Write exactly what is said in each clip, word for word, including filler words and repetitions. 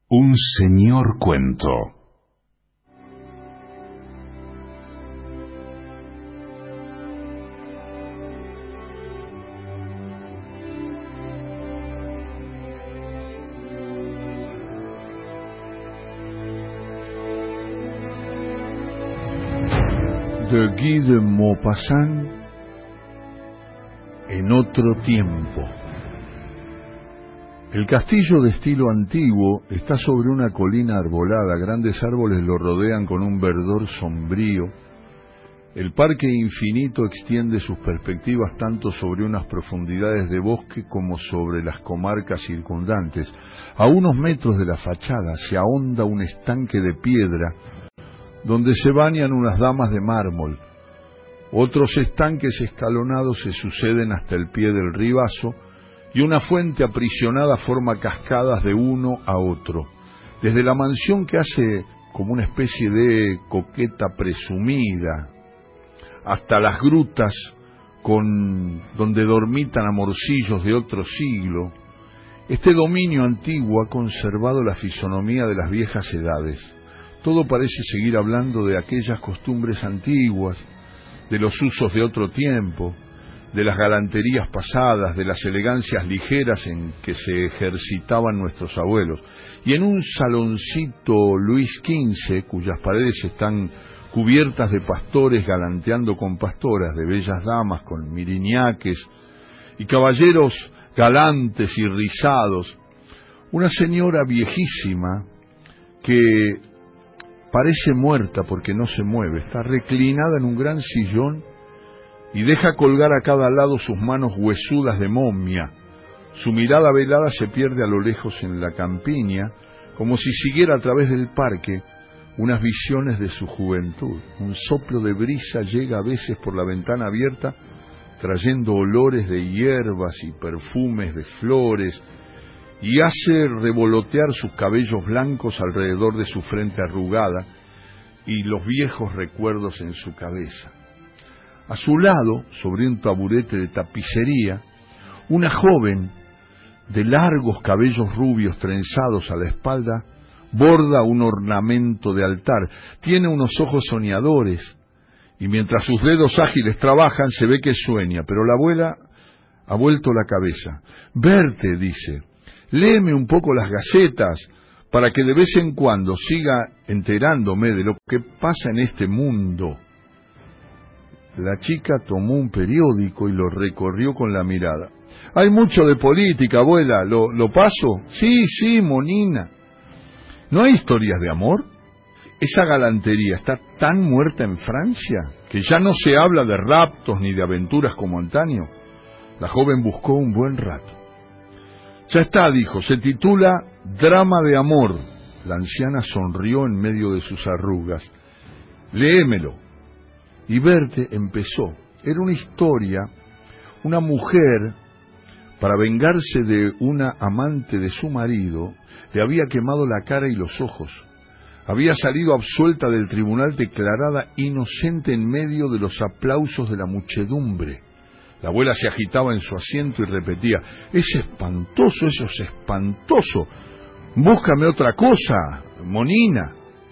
Un señor cuento. De Guy de Maupassant, en otro tiempo. El castillo de estilo antiguo está sobre una colina arbolada, grandes árboles lo rodean con un verdor sombrío. El parque infinito extiende sus perspectivas tanto sobre unas profundidades de bosque como sobre las comarcas circundantes. A unos metros de la fachada se ahonda un estanque de piedra donde se bañan unas damas de mármol. Otros estanques escalonados se suceden hasta el pie del ribazo, y una fuente aprisionada forma cascadas de uno a otro. Desde la mansión que hace como una especie de coqueta presumida, hasta las grutas con donde dormitan amorcillos de otro siglo, este dominio antiguo ha conservado la fisonomía de las viejas edades. Todo parece seguir hablando de aquellas costumbres antiguas, de los usos de otro tiempo, de las galanterías pasadas, de las elegancias ligeras en que se ejercitaban nuestros abuelos. Y en un saloncito Luis quince, cuyas paredes están cubiertas de pastores galanteando con pastoras, de bellas damas con miriñaques y caballeros galantes y rizados, una señora viejísima que parece muerta porque no se mueve, está reclinada en un gran sillón y deja colgar a cada lado sus manos huesudas de momia. Su mirada velada se pierde a lo lejos en la campiña, como si siguiera a través del parque unas visiones de su juventud. Un soplo de brisa llega a veces por la ventana abierta, trayendo olores de hierbas y perfumes de flores, y hace revolotear sus cabellos blancos alrededor de su frente arrugada y los viejos recuerdos en su cabeza. A su lado, sobre un taburete de tapicería, una joven de largos cabellos rubios trenzados a la espalda borda un ornamento de altar. Tiene unos ojos soñadores y mientras sus dedos ágiles trabajan se ve que sueña, pero la abuela ha vuelto la cabeza. Berthe, dice, léeme un poco las gacetas para que de vez en cuando siga enterándome de lo que pasa en este mundo. La chica tomó un periódico y lo recorrió con la mirada. Hay mucho de política, abuela. ¿Lo, lo paso? Sí, sí, monina. ¿No hay historias de amor? Esa galantería está tan muerta en Francia que ya no se habla de raptos ni de aventuras como antaño. La joven buscó un buen rato. Ya está, dijo, se titula Drama de amor. La anciana sonrió en medio de sus arrugas. Léemelo. Y Berthe empezó. Era una historia, una mujer, para vengarse de una amante de su marido, le había quemado la cara y los ojos. Había salido absuelta del tribunal declarada inocente en medio de los aplausos de la muchedumbre. La abuela se agitaba en su asiento y repetía, es espantoso, eso es espantoso. Búscame otra cosa, monina.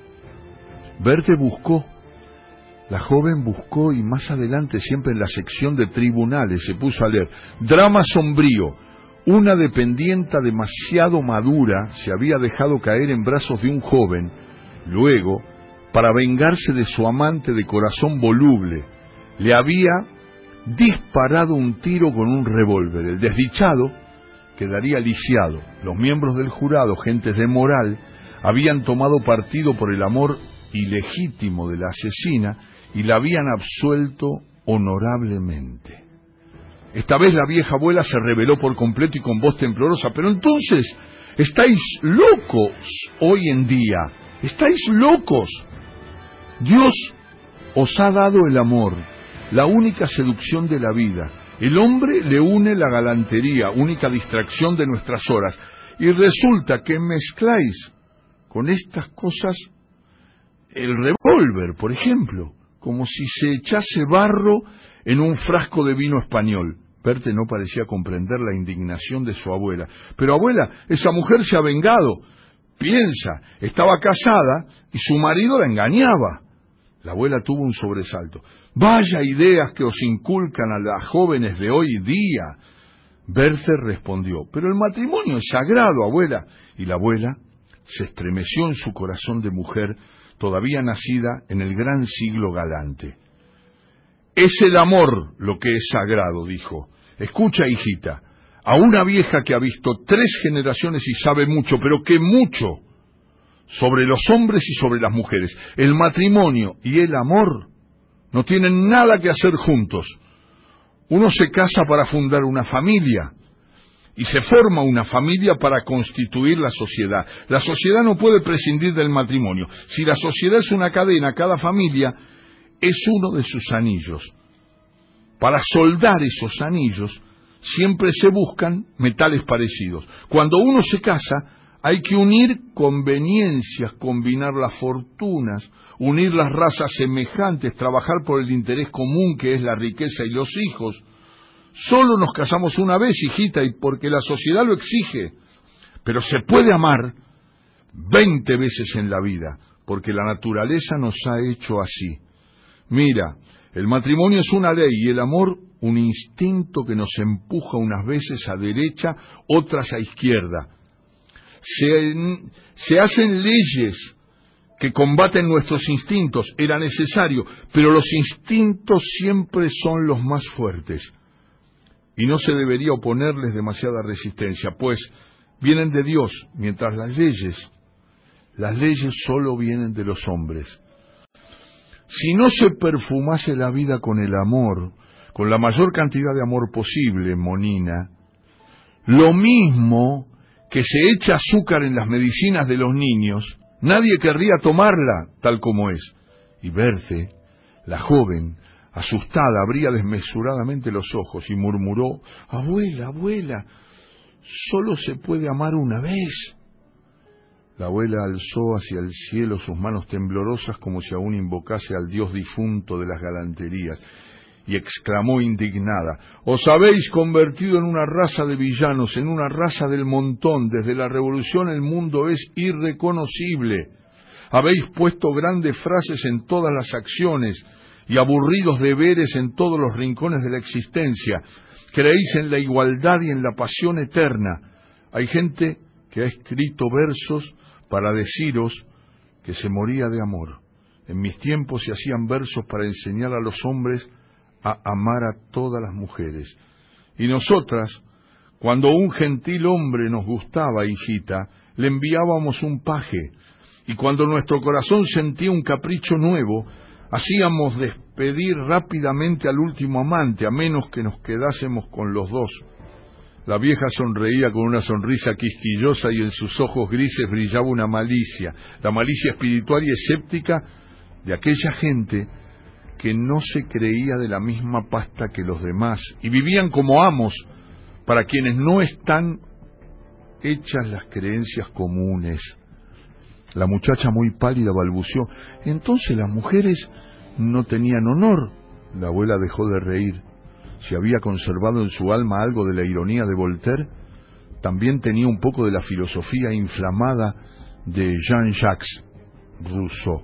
Berthe buscó. La joven buscó y más adelante, siempre en la sección de tribunales, se puso a leer. Drama sombrío. Una dependienta demasiado madura se había dejado caer en brazos de un joven. Luego, para vengarse de su amante de corazón voluble, le había disparado un tiro con un revólver. El desdichado quedaría lisiado. Los miembros del jurado, gentes de moral, habían tomado partido por el amor ilegítimo de la asesina y la habían absuelto honorablemente. Esta vez la vieja abuela se rebeló por completo y con voz temblorosa. Pero entonces, estáis locos hoy en día, estáis locos. Dios os ha dado el amor, la única seducción de la vida. El hombre le une la galantería, única distracción de nuestras horas. Y resulta que mezcláis con estas cosas el revólver, por ejemplo, como si se echase barro en un frasco de vino español. Berthe no parecía comprender la indignación de su abuela. Pero abuela, esa mujer se ha vengado. Piensa, estaba casada y su marido la engañaba. La abuela tuvo un sobresalto. Vaya ideas que os inculcan a las jóvenes de hoy día. Werther respondió, pero el matrimonio es sagrado, abuela. Y la abuela se estremeció en su corazón de mujer, todavía nacida en el gran siglo galante. Es el amor lo que es sagrado, dijo. Escucha, hijita, a una vieja que ha visto tres generaciones y sabe mucho, pero que mucho, sobre los hombres y sobre las mujeres. El matrimonio y el amor no tienen nada que hacer juntos. Uno se casa para fundar una familia y se forma una familia para constituir la sociedad. La sociedad no puede prescindir del matrimonio. Si la sociedad es una cadena, cada familia es uno de sus anillos. Para soldar esos anillos siempre se buscan metales parecidos. Cuando uno se casa, hay que unir conveniencias, combinar las fortunas, unir las razas semejantes, trabajar por el interés común que es la riqueza y los hijos. Solo nos casamos una vez, hijita, y porque la sociedad lo exige. Pero se puede amar veinte veces en la vida, porque la naturaleza nos ha hecho así. Mira, el matrimonio es una ley y el amor un instinto que nos empuja unas veces a derecha, otras a izquierda. Se, se hacen leyes que combaten nuestros instintos, era necesario, pero los instintos siempre son los más fuertes. Y no se debería oponerles demasiada resistencia, pues vienen de Dios, mientras las leyes, las leyes solo vienen de los hombres. Si no se perfumase la vida con el amor, con la mayor cantidad de amor posible, Monina, lo mismo que se echa azúcar en las medicinas de los niños, nadie querría tomarla tal como es. Y Berthe, la joven, asustada, abría desmesuradamente los ojos y murmuró, abuela, abuela, solo se puede amar una vez. La abuela alzó hacia el cielo sus manos temblorosas como si aún invocase al dios difunto de las galanterías, y exclamó indignada, os habéis convertido en una raza de villanos, en una raza del montón. Desde la revolución el mundo es irreconocible. Habéis puesto grandes frases en todas las acciones y aburridos deberes en todos los rincones de la existencia. Creéis en la igualdad y en la pasión eterna. Hay gente que ha escrito versos para deciros que se moría de amor. En mis tiempos se hacían versos para enseñar a los hombres a amar a todas las mujeres. Y nosotras, cuando un gentil hombre nos gustaba, hijita, le enviábamos un paje, y cuando nuestro corazón sentía un capricho nuevo, hacíamos despedir rápidamente al último amante, a menos que nos quedásemos con los dos. La vieja sonreía con una sonrisa quisquillosa y en sus ojos grises brillaba una malicia, la malicia espiritual y escéptica de aquella gente que no se creía de la misma pasta que los demás y vivían como amos para quienes no están hechas las creencias comunes. La muchacha muy pálida balbuceó, entonces las mujeres no tenían honor. La abuela dejó de reír. Si había conservado en su alma algo de la ironía de Voltaire, también tenía un poco de la filosofía inflamada de Jean-Jacques Rousseau.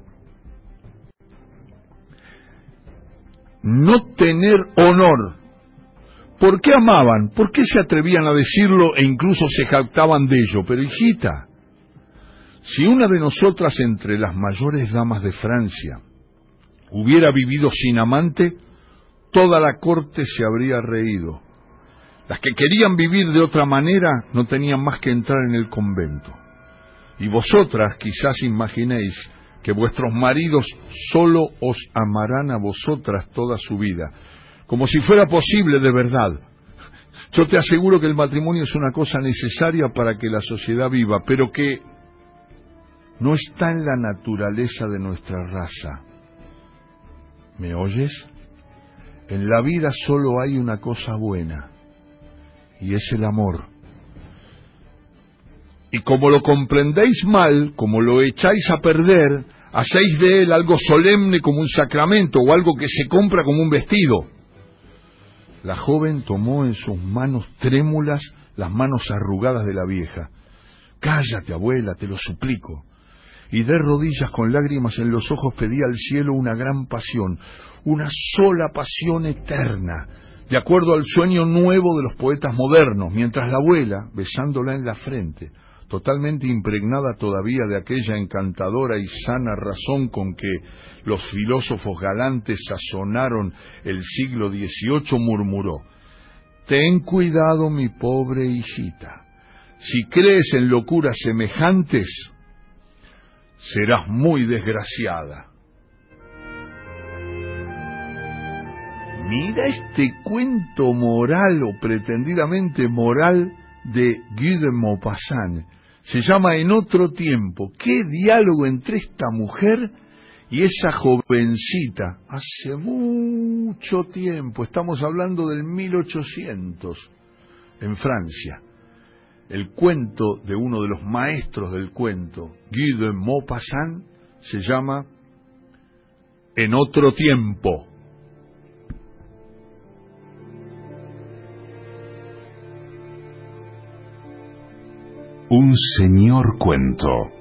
No tener honor. ¿Por qué amaban? ¿Por qué se atrevían a decirlo e incluso se jactaban de ello? Pero hijita, si una de nosotras entre las mayores damas de Francia hubiera vivido sin amante, toda la corte se habría reído. Las que querían vivir de otra manera no tenían más que entrar en el convento. Y vosotras quizás imaginéis que vuestros maridos solo os amarán a vosotras toda su vida, como si fuera posible de verdad. Yo te aseguro que el matrimonio es una cosa necesaria para que la sociedad viva, pero que no está en la naturaleza de nuestra raza. ¿Me oyes? En la vida solo hay una cosa buena, y es el amor. Y como lo comprendéis mal, como lo echáis a perder, hacéis de él algo solemne como un sacramento o algo que se compra como un vestido. La joven tomó en sus manos trémulas las manos arrugadas de la vieja. Cállate, abuela, te lo suplico. Y de rodillas con lágrimas en los ojos pedí al cielo una gran pasión, una sola pasión eterna, de acuerdo al sueño nuevo de los poetas modernos, mientras la abuela, besándola en la frente, totalmente impregnada todavía de aquella encantadora y sana razón con que los filósofos galantes sazonaron el siglo dieciocho, murmuró: «Ten cuidado, mi pobre hijita. Si crees en locuras semejantes, serás muy desgraciada». Mira este cuento moral o pretendidamente moral de Guy de Maupassant. Se llama En otro tiempo. ¿Qué diálogo entre esta mujer y esa jovencita? Hace mucho tiempo, estamos hablando del mil ochocientos, en Francia. El cuento de uno de los maestros del cuento, Guy de Maupassant, se llama En otro tiempo. Un señor cuento.